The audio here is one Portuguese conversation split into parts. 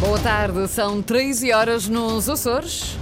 Boa tarde, são 13 horas nos Açores.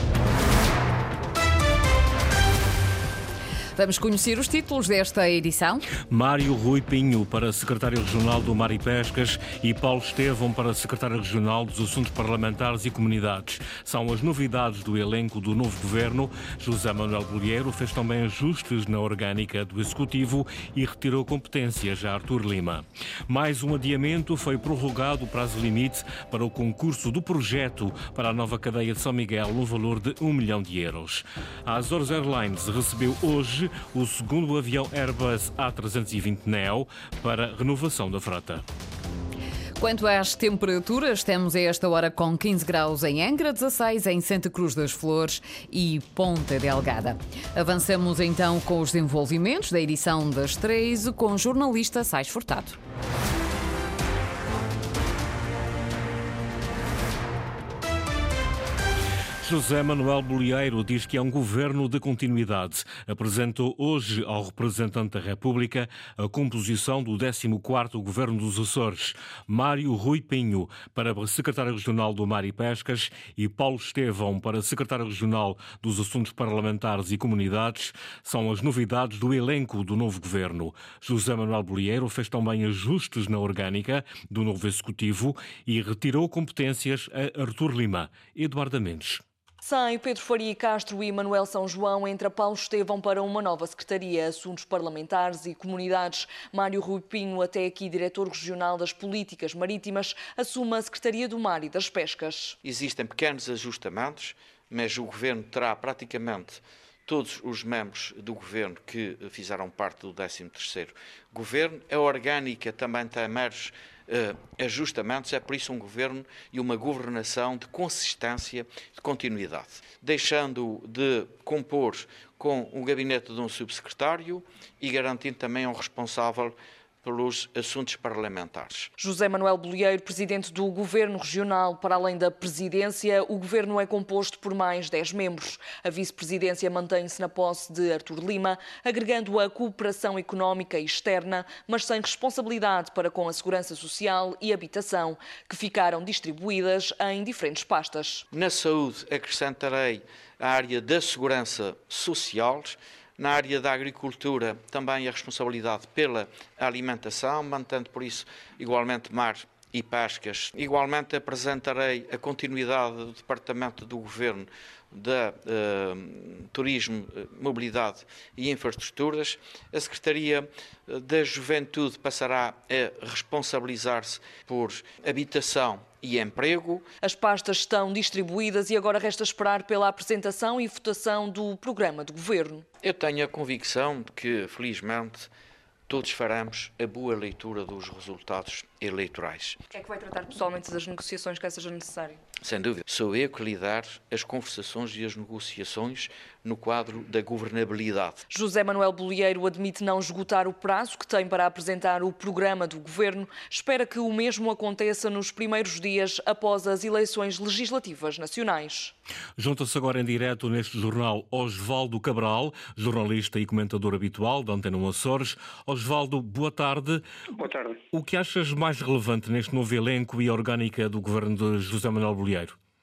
Vamos conhecer os títulos desta edição. Mário Rui Pinho para secretário regional do Mar e Pescas e Paulo Estevão para secretário regional dos Assuntos Parlamentares e Comunidades. São as novidades do elenco do novo governo. José Manuel Bolieiro fez também ajustes na orgânica do Executivo e retirou competências a Artur Lima. Mais um adiamento, foi prorrogado o prazo limite para o concurso do projeto para a nova cadeia de São Miguel no valor de 1 milhão de euros. A Azores Airlines recebeu hoje o segundo avião Airbus A320neo para renovação da frota. Quanto às temperaturas, estamos a esta hora com 15 graus em Angra, 16 em Santa Cruz das Flores e Ponta Delgada. Avançamos então com os desenvolvimentos da edição das 13 com o jornalista Sais Furtado. José Manuel Bolieiro diz que é um governo de continuidade. Apresentou hoje ao representante da República a composição do 14º Governo dos Açores. Mário Rui Pinho para secretário regional do Mar e Pescas e Paulo Estevão para secretário regional dos Assuntos Parlamentares e Comunidades são as novidades do elenco do novo governo. José Manuel Bolieiro fez também ajustes na orgânica do novo Executivo e retirou competências a Artur Lima. Eduardo Mendes. Sai Pedro Faria Castro e Manuel São João, entra Paulo Estevão para uma nova Secretaria, Assuntos Parlamentares e Comunidades. Mário Rui Pinho, até aqui diretor regional das Políticas Marítimas, assume a Secretaria do Mar e das Pescas. Existem pequenos ajustamentos, mas o Governo terá praticamente todos os membros do Governo que fizeram parte do 13º Governo. A orgânica também tem meros ajustamentos, é por isso um Governo e uma governação de consistência, de continuidade. Deixando de compor com o gabinete de um subsecretário e garantindo também um responsável pelos assuntos parlamentares. José Manuel Bolieiro, presidente do Governo Regional. Para além da presidência, o Governo é composto por mais 10 membros. A vice-presidência mantém-se na posse de Artur Lima, agregando a cooperação económica e externa, mas sem responsabilidade para com a segurança social e habitação, que ficaram distribuídas em diferentes pastas. Na saúde, acrescentarei a área da segurança social. Na área da agricultura, também a responsabilidade pela alimentação, mantendo por isso igualmente mar e pescas. Igualmente apresentarei a continuidade do Departamento do Governo da Turismo, Mobilidade e Infraestruturas. A Secretaria da Juventude passará a responsabilizar-se por habitação e emprego. As pastas estão distribuídas e agora resta esperar pela apresentação e votação do programa de governo. Eu tenho a convicção de que, felizmente, todos faremos a boa leitura dos resultados eleitorais. É que vai tratar pessoalmente das negociações que seja necessário? Sem dúvida. Sou eu que lidar as conversações e as negociações no quadro da governabilidade. José Manuel Bolieiro admite não esgotar o prazo que tem para apresentar o programa do governo. Espera que o mesmo aconteça nos primeiros dias após as eleições legislativas nacionais. Junta-se agora em direto neste jornal Osvaldo Cabral, jornalista e comentador habitual da Antena 1 Açores. Osvaldo, boa tarde. Boa tarde. O que achas mais relevante neste novo elenco e orgânica do governo de José Manuel Bolieiro?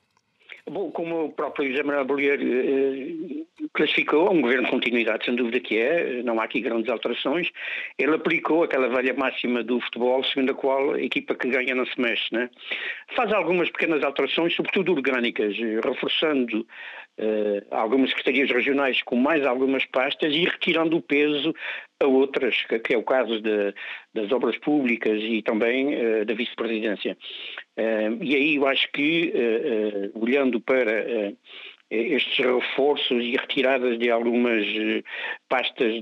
Bom, como o próprio José Manuel Bolieiro classificou, é um governo de continuidade, sem dúvida que é, não há aqui grandes alterações. Ele aplicou aquela velha máxima do futebol, segundo a qual a equipa que ganha não se mexe, né? Faz algumas pequenas alterações, sobretudo orgânicas, reforçando algumas secretarias regionais com mais algumas pastas e retirando o peso a outras, que é o caso das obras públicas e também da vice-presidência. E aí eu acho que, olhando para estes reforços e retiradas de algumas pastas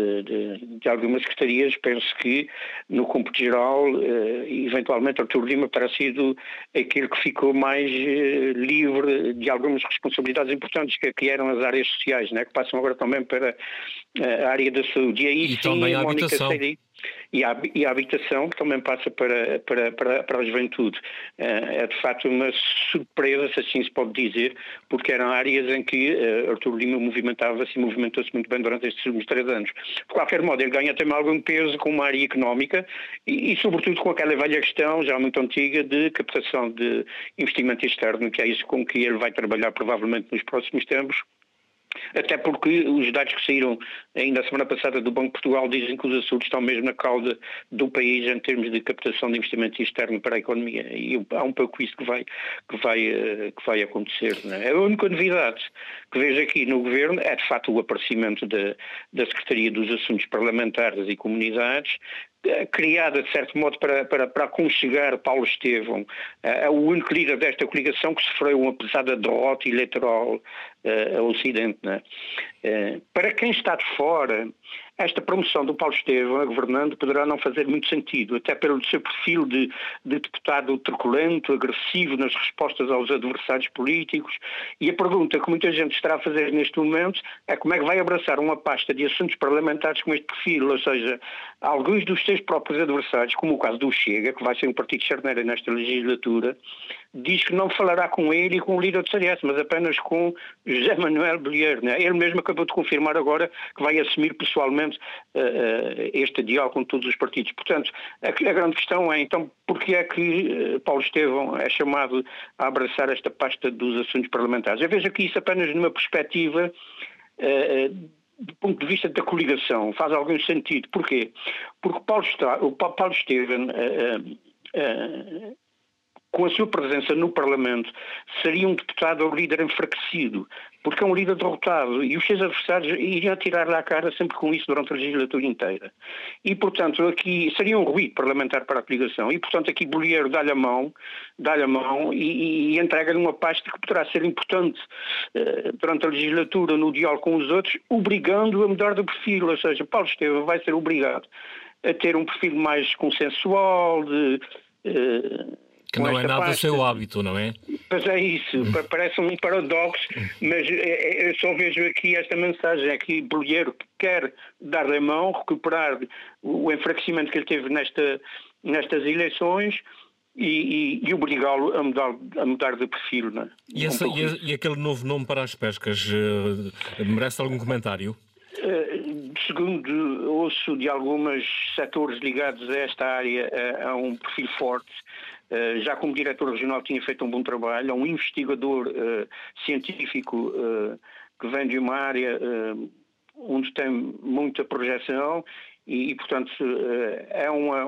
de algumas secretarias, penso que, no cômputo geral, eventualmente Artur Lima terá sido aquele que ficou mais livre de algumas responsabilidades importantes, que eram as áreas sociais, né, que passam agora também para a área da saúde. E aí e sim, também a Mónica habitação. Seiri, E a habitação, que também passa para a juventude. É de facto uma surpresa, se assim se pode dizer, porque eram áreas em que Artur Lima movimentava-se e movimentou-se muito bem durante estes últimos 3 anos. De qualquer modo, ele ganha também algum peso com uma área económica e sobretudo com aquela velha questão, já muito antiga, de captação de investimento externo, que é isso com que ele vai trabalhar provavelmente nos próximos tempos. Até porque os dados que saíram ainda a semana passada do Banco de Portugal dizem que os Açores estão mesmo na cauda do país em termos de captação de investimento externo para a economia. E há um pouco isso que vai acontecer. Não é? A única novidade que vejo aqui no Governo é de facto o aparecimento da Secretaria dos Assuntos Parlamentares e Comunidades, criada de certo modo para aconchegar Paulo Estevão, é o único líder desta coligação que sofreu uma pesada derrota eleitoral ao Ocidente. Né? Para quem está de fora, esta promoção do Paulo Estevão a governante poderá não fazer muito sentido, até pelo seu perfil de deputado truculento, agressivo nas respostas aos adversários políticos, e a pergunta que muita gente estará a fazer neste momento é como é que vai abraçar uma pasta de assuntos parlamentares com este perfil, ou seja, alguns dos seus próprios adversários, como o caso do Chega, que vai ser um partido de charneira nesta legislatura, diz que não falará com ele e com o líder do CDS, mas apenas com José Manuel Bolheiro. Né? Ele mesmo acabou de confirmar agora que vai assumir pessoalmente este diálogo com todos os partidos. Portanto, a grande questão é, então, porquê é que Paulo Estevão é chamado a abraçar esta pasta dos assuntos parlamentares? Eu vejo aqui isso apenas numa perspectiva do ponto de vista da coligação. Faz algum sentido. Porquê? Porque o Paulo Estevão com a sua presença no Parlamento, seria um deputado ou líder enfraquecido, porque é um líder derrotado e os seus adversários iriam tirar-lhe a cara sempre com isso durante a legislatura inteira. E, portanto, aqui seria um ruído parlamentar para a coligação. E, portanto, aqui Bolheiro dá-lhe a mão e entrega-lhe uma pasta que poderá ser importante durante a legislatura no diálogo com os outros, obrigando a mudar de perfil. Ou seja, Paulo Estevão vai ser obrigado a ter um perfil mais consensual, que não é nada o seu hábito, não é? Pois é isso, parece um paradoxo, mas eu só vejo aqui esta mensagem, é que Bolheiro quer dar-lhe a mão, recuperar o enfraquecimento que ele teve nestas eleições e obrigá-lo a mudar de perfil. Não é? E aquele novo nome para as pescas, merece algum comentário? Segundo ouço de alguns setores ligados a esta área, há um perfil forte. Já como diretor regional tinha feito um bom trabalho, é um investigador científico que vem de uma área onde tem muita projeção e portanto, é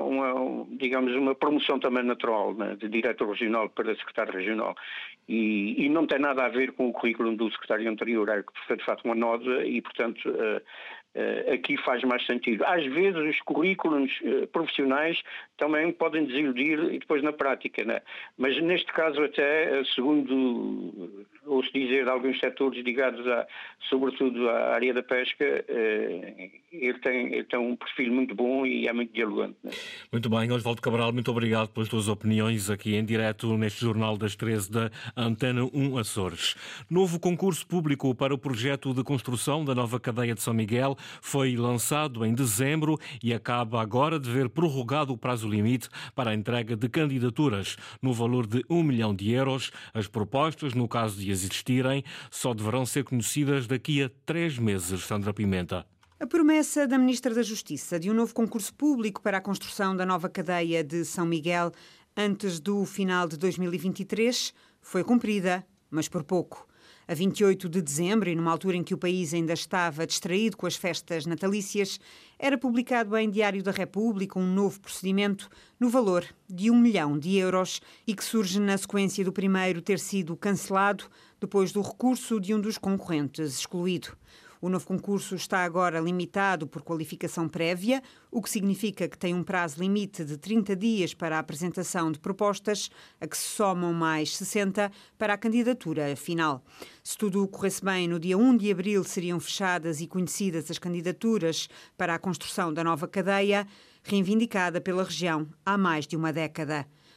uma promoção também natural, né, de diretor regional para secretário regional. E não tem nada a ver com o currículo do secretário anterior, é de facto uma nota e, portanto, aqui faz mais sentido. Às vezes os currículos profissionais também podem desiludir e depois na prática, né? Mas neste caso até, segundo ouço dizer de alguns setores ligados sobretudo à área da pesca, ele tem um perfil muito bom e é muito dialogante. Né? Muito bem, Osvaldo Cabral, muito obrigado pelas tuas opiniões aqui em direto neste Jornal das 13 da Antena 1 Açores. Novo concurso público para o projeto de construção da nova cadeia de São Miguel foi lançado em dezembro e acaba agora de ver prorrogado o prazo limite para a entrega de candidaturas no valor de 1 milhão de euros. As propostas, no caso de existirem, só deverão ser conhecidas daqui a 3 meses. Sandra Pimenta. A promessa da Ministra da Justiça de um novo concurso público para a construção da nova cadeia de São Miguel antes do final de 2023 foi cumprida, mas por pouco. A 28 de dezembro, e numa altura em que o país ainda estava distraído com as festas natalícias, era publicado em Diário da República um novo procedimento no valor de 1 milhão de euros e que surge na sequência do primeiro ter sido cancelado depois do recurso de um dos concorrentes excluído. O novo concurso está agora limitado por qualificação prévia, o que significa que tem um prazo limite de 30 dias para a apresentação de propostas, a que se somam mais 60 para a candidatura final. Se tudo corresse bem, no dia 1 de abril seriam fechadas e conhecidas as candidaturas para a construção da nova cadeia, reivindicada pela região há mais de uma década.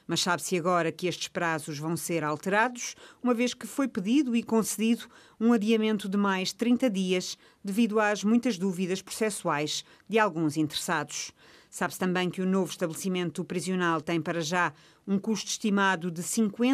Mas sabe-se agora que estes prazos vão ser alterados, uma vez que foi pedido e concedido um adiamento de mais 30 dias devido às muitas dúvidas processuais de alguns interessados. Sabe-se também que o novo estabelecimento prisional tem para já um custo estimado de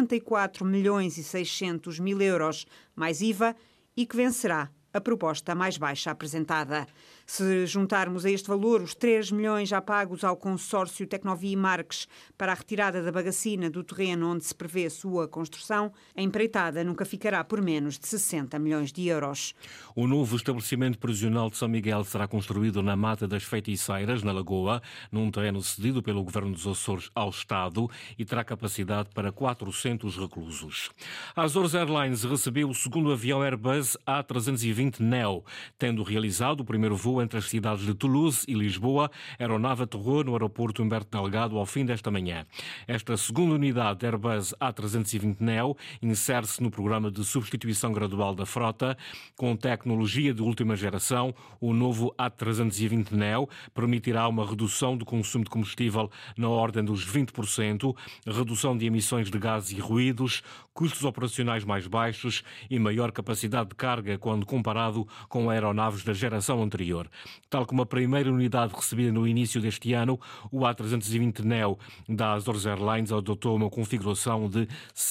54.600.000 euros mais IVA e que vencerá a proposta mais baixa apresentada. Se juntarmos a este valor os 3 milhões já pagos ao consórcio Tecnovia e Marques para a retirada da bagacina do terreno onde se prevê sua construção, a empreitada nunca ficará por menos de 60 milhões de euros. O novo estabelecimento prisional de São Miguel será construído na Mata das Feiticeiras, na Lagoa, num terreno cedido pelo Governo dos Açores ao Estado e terá capacidade para 400 reclusos. A Azores Airlines recebeu o segundo avião Airbus A320neo, tendo realizado o primeiro voo entre as cidades de Toulouse e Lisboa. A aeronave aterrou no aeroporto Humberto Delgado ao fim desta manhã. Esta segunda unidade Airbus A320neo insere-se no programa de substituição gradual da frota. Com tecnologia de última geração, o novo A320neo permitirá uma redução do consumo de combustível na ordem dos 20%, redução de emissões de gases e ruídos, custos operacionais mais baixos e maior capacidade de carga quando comparado com aeronaves da geração anterior. Tal como a primeira unidade recebida no início deste ano, o A320neo da Azores Airlines adotou uma configuração de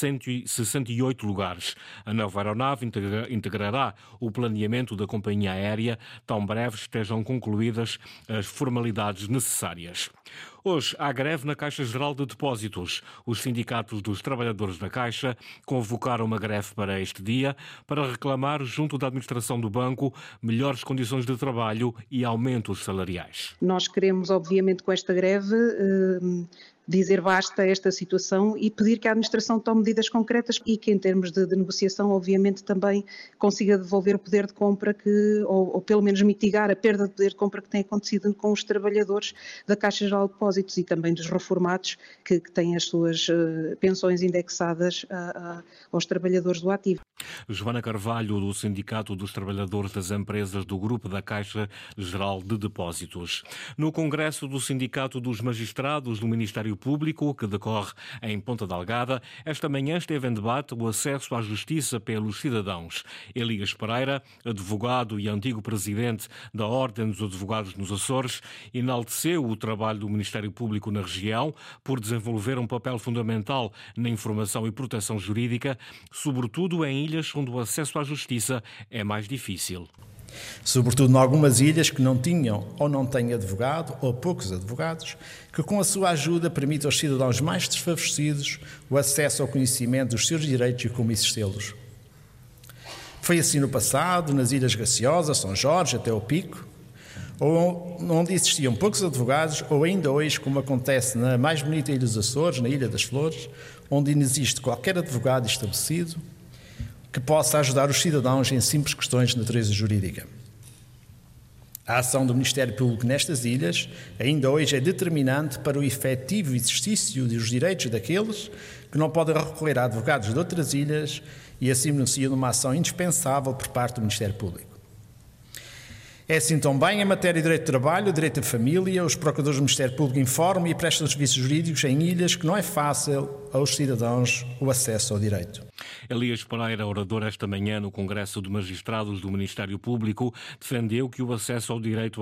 168 lugares. A nova aeronave integrará o planeamento da companhia aérea, tão breve estejam concluídas as formalidades necessárias. Hoje há greve na Caixa Geral de Depósitos. Os sindicatos dos trabalhadores da Caixa convocaram uma greve para este dia para reclamar, junto da administração do banco, melhores condições de trabalho e aumentos salariais. Nós queremos, obviamente, com esta greve, dizer basta a esta situação e pedir que a administração tome medidas concretas e que, em termos de negociação, obviamente também consiga devolver o poder de compra ou pelo menos mitigar a perda de poder de compra que tem acontecido com os trabalhadores da Caixa Geral de Depósitos e também dos reformados que têm as suas pensões indexadas aos trabalhadores do ativo. Joana Carvalho, do Sindicato dos Trabalhadores das Empresas do Grupo da Caixa Geral de Depósitos. No Congresso do Sindicato dos Magistrados do Ministério Público, que decorre em Ponta Delgada, esta manhã esteve em debate o acesso à justiça pelos cidadãos. Elias Pereira, advogado e antigo presidente da Ordem dos Advogados nos Açores, enalteceu o trabalho do Ministério Público na região por desenvolver um papel fundamental na informação e proteção jurídica, sobretudo em ilhas onde o acesso à justiça é mais difícil. Sobretudo em algumas ilhas que não tinham ou não têm advogado ou poucos advogados, que com a sua ajuda permite aos cidadãos mais desfavorecidos o acesso ao conhecimento dos seus direitos e como exercê-los. Foi assim no passado, nas Ilhas Graciosas, São Jorge, até o Pico, onde existiam poucos advogados, ou ainda hoje, como acontece na mais bonita Ilha dos Açores, na Ilha das Flores, onde não existe qualquer advogado estabelecido que possa ajudar os cidadãos em simples questões de natureza jurídica. A ação do Ministério Público nestas ilhas ainda hoje é determinante para o efetivo exercício dos direitos daqueles que não podem recorrer a advogados de outras ilhas e assim denunciam uma ação indispensável por parte do Ministério Público. É assim também em matéria de direito de trabalho, direito de família, os procuradores do Ministério Público informam e prestam serviços jurídicos em ilhas que não é fácil aos cidadãos o acesso ao direito. Elias Pereira, orador esta manhã no Congresso de Magistrados do Ministério Público, defendeu que o acesso ao direito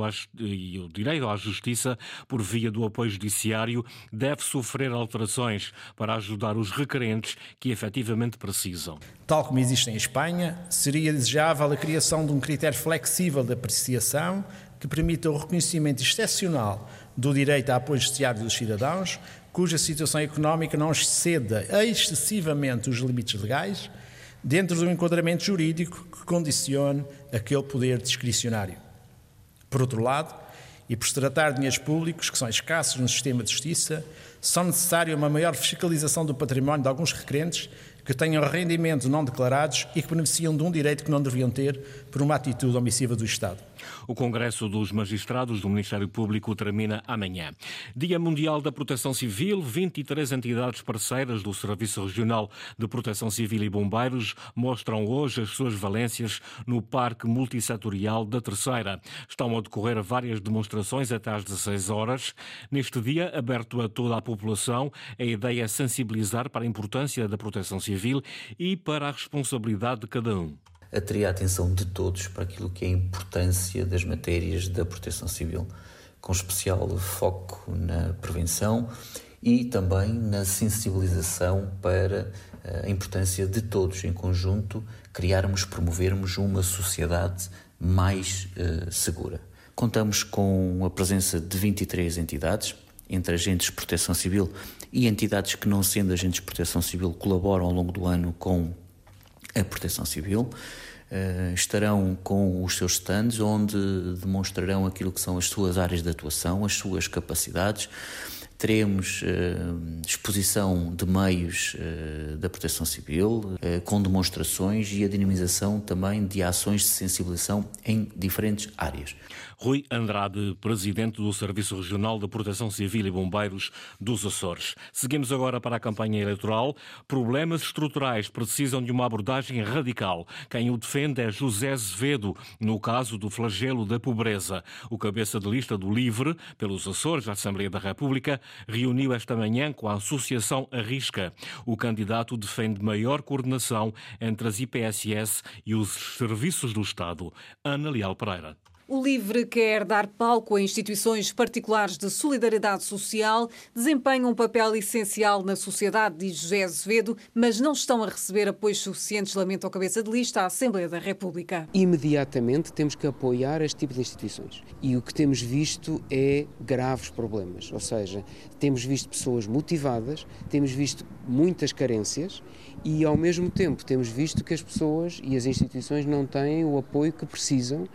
à justiça por via do apoio judiciário deve sofrer alterações para ajudar os requerentes que efetivamente precisam. Tal como existe em Espanha, seria desejável a criação de um critério flexível de apreciação que permita o reconhecimento excepcional do direito a apoio judiciário dos cidadãos cuja situação económica não exceda excessivamente os limites legais, dentro de um enquadramento jurídico que condicione aquele poder discricionário. Por outro lado, e por se tratar de dinheiros públicos que são escassos no sistema de justiça, são necessárias uma maior fiscalização do património de alguns requerentes que tenham rendimentos não declarados e que beneficiam de um direito que não deviam ter por uma atitude omissiva do Estado. O Congresso dos Magistrados do Ministério Público termina amanhã. Dia Mundial da Proteção Civil, 23 entidades parceiras do Serviço Regional de Proteção Civil e Bombeiros mostram hoje as suas valências no Parque Multissetorial da Terceira. Estão a decorrer várias demonstrações até às 16 horas. Neste dia, aberto a toda a população, população. A ideia é sensibilizar para a importância da proteção civil e para a responsabilidade de cada um. Atrair a atenção de todos para aquilo que é a importância das matérias da proteção civil, com especial foco na prevenção e também na sensibilização para a importância de todos em conjunto promovermos uma sociedade mais segura. Contamos com a presença de 23 entidades, entre agentes de proteção civil e entidades que, não sendo agentes de proteção civil, colaboram ao longo do ano com a proteção civil. Estarão com os seus stands, onde demonstrarão aquilo que são as suas áreas de atuação, as suas capacidades. Teremos exposição de meios da proteção civil, com demonstrações e a dinamização também de ações de sensibilização em diferentes áreas. Rui Andrade, presidente do Serviço Regional de Proteção Civil e Bombeiros dos Açores. Seguimos agora para a campanha eleitoral. Problemas estruturais precisam de uma abordagem radical. Quem o defende é José Azevedo, no caso do flagelo da pobreza. O cabeça de lista do LIVRE, pelos Açores, da Assembleia da República, reuniu esta manhã com a Associação Arrisca. O candidato defende maior coordenação entre as IPSS e os serviços do Estado. Ana Leal Pereira. O LIVRE quer dar palco a instituições particulares de solidariedade social, desempenham um papel essencial na sociedade, diz José Azevedo, mas não estão a receber apoios suficientes, lamenta o cabeça de lista, à Assembleia da República. Imediatamente temos que apoiar este tipo de instituições. E o que temos visto é graves problemas, ou seja, temos visto pessoas motivadas, temos visto muitas carências e, ao mesmo tempo, temos visto que as pessoas e as instituições não têm o apoio que precisam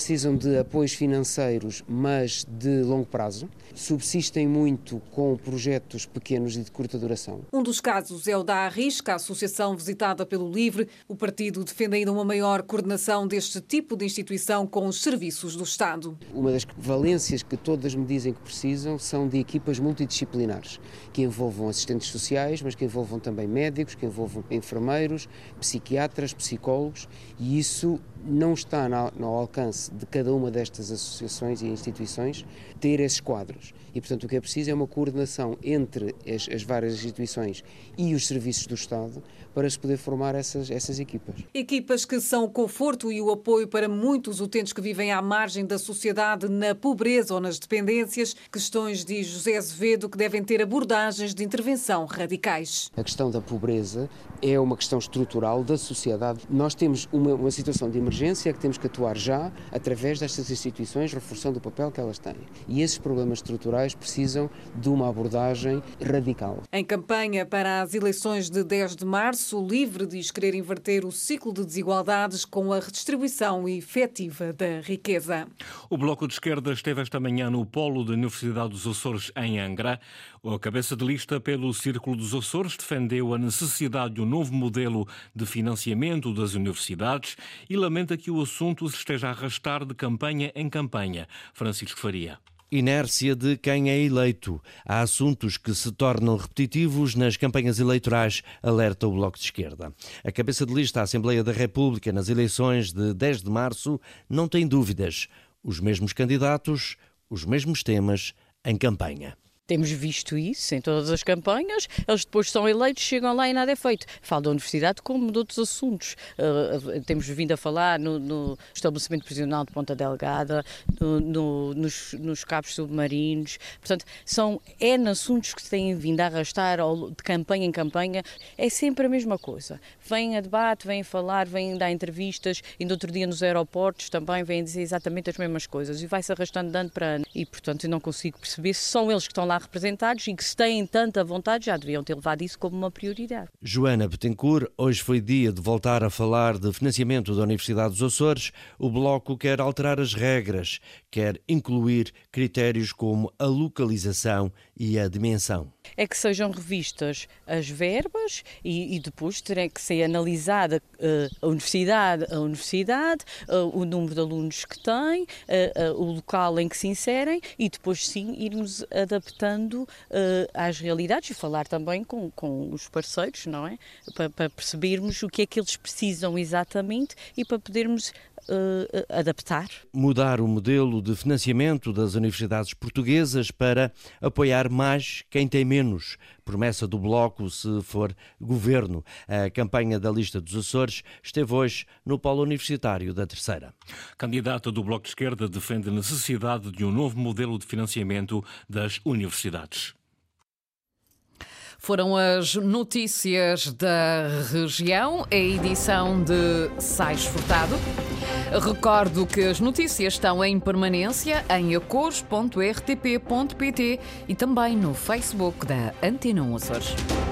de apoios financeiros, mas de longo prazo, subsistem muito com projetos pequenos e de curta duração. Um dos casos é o da Arrisca, a associação visitada pelo LIVRE. O partido defende ainda uma maior coordenação deste tipo de instituição com os serviços do Estado. Uma das valências que todas me dizem que precisam são de equipas multidisciplinares, que envolvam assistentes sociais, mas que envolvam também médicos, que envolvam enfermeiros, psiquiatras, psicólogos, e isso não está no alcance de cada uma destas associações e instituições ter esses quadros. E, portanto, o que é preciso é uma coordenação entre as várias instituições e os serviços do Estado para se poder formar essas equipas. Equipas que são o conforto e o apoio para muitos utentes que vivem à margem da sociedade, na pobreza ou nas dependências. Questões, diz José Azevedo, que devem ter abordagens de intervenção radicais. A questão da pobreza é uma questão estrutural da sociedade. Nós temos uma situação de emergência que temos que atuar já através destas instituições, reforçando o papel que elas têm. E esses problemas estruturais precisam de uma abordagem radical. Em campanha para as eleições de 10 de março, o LIVRE diz querer inverter o ciclo de desigualdades com a redistribuição efetiva da riqueza. O Bloco de Esquerda esteve esta manhã no Polo da Universidade dos Açores, em Angra. A cabeça de lista pelo Círculo dos Açores defendeu a necessidade de um novo modelo de financiamento das universidades e lamenta que o assunto se esteja a arrastar de campanha em campanha. Francisco Faria. Inércia de quem é eleito. Há assuntos que se tornam repetitivos nas campanhas eleitorais, alerta o Bloco de Esquerda. A cabeça de lista à Assembleia da República nas eleições de 10 de março não tem dúvidas. Os mesmos candidatos, os mesmos temas em campanha. Temos visto isso em todas as campanhas, eles depois são eleitos, chegam lá e nada é feito. Falo da universidade como de outros assuntos. Temos vindo a falar no estabelecimento prisional de Ponta Delgada, nos cabos submarinos. Portanto, são N assuntos que se têm vindo a arrastar de campanha em campanha. É sempre a mesma coisa. Vêm a debate, vêm a falar, vêm dar entrevistas, e no outro dia nos aeroportos também vêm dizer exatamente as mesmas coisas. E vai-se arrastando de ano para ano. E, portanto, eu não consigo perceber se são eles que estão lá representados e que, se têm tanta vontade, já deviam ter levado isso como uma prioridade. Joana Betancourt, hoje foi dia de voltar a falar de financiamento da Universidade dos Açores. O Bloco quer alterar as regras, quer incluir critérios como a localização e a dimensão. É que sejam revistas as verbas e depois terá que ser analisada a universidade, o número de alunos que tem, o local em que se inserem e depois sim irmos adaptando às realidades e falar também com os parceiros, não é? Para percebermos o que é que eles precisam exatamente e para podermos adaptar. Mudar o modelo de financiamento das universidades portuguesas para apoiar mais quem tem menos. Promessa do Bloco se for governo. A campanha da lista dos Açores esteve hoje no Polo Universitário da Terceira. Candidata do Bloco de Esquerda defende a necessidade de um novo modelo de financiamento das universidades. Foram as notícias da região, a edição de Sais Furtado. Recordo que as notícias estão em permanência em acores.rtp.pt e também no Facebook da Antena 1 Açores.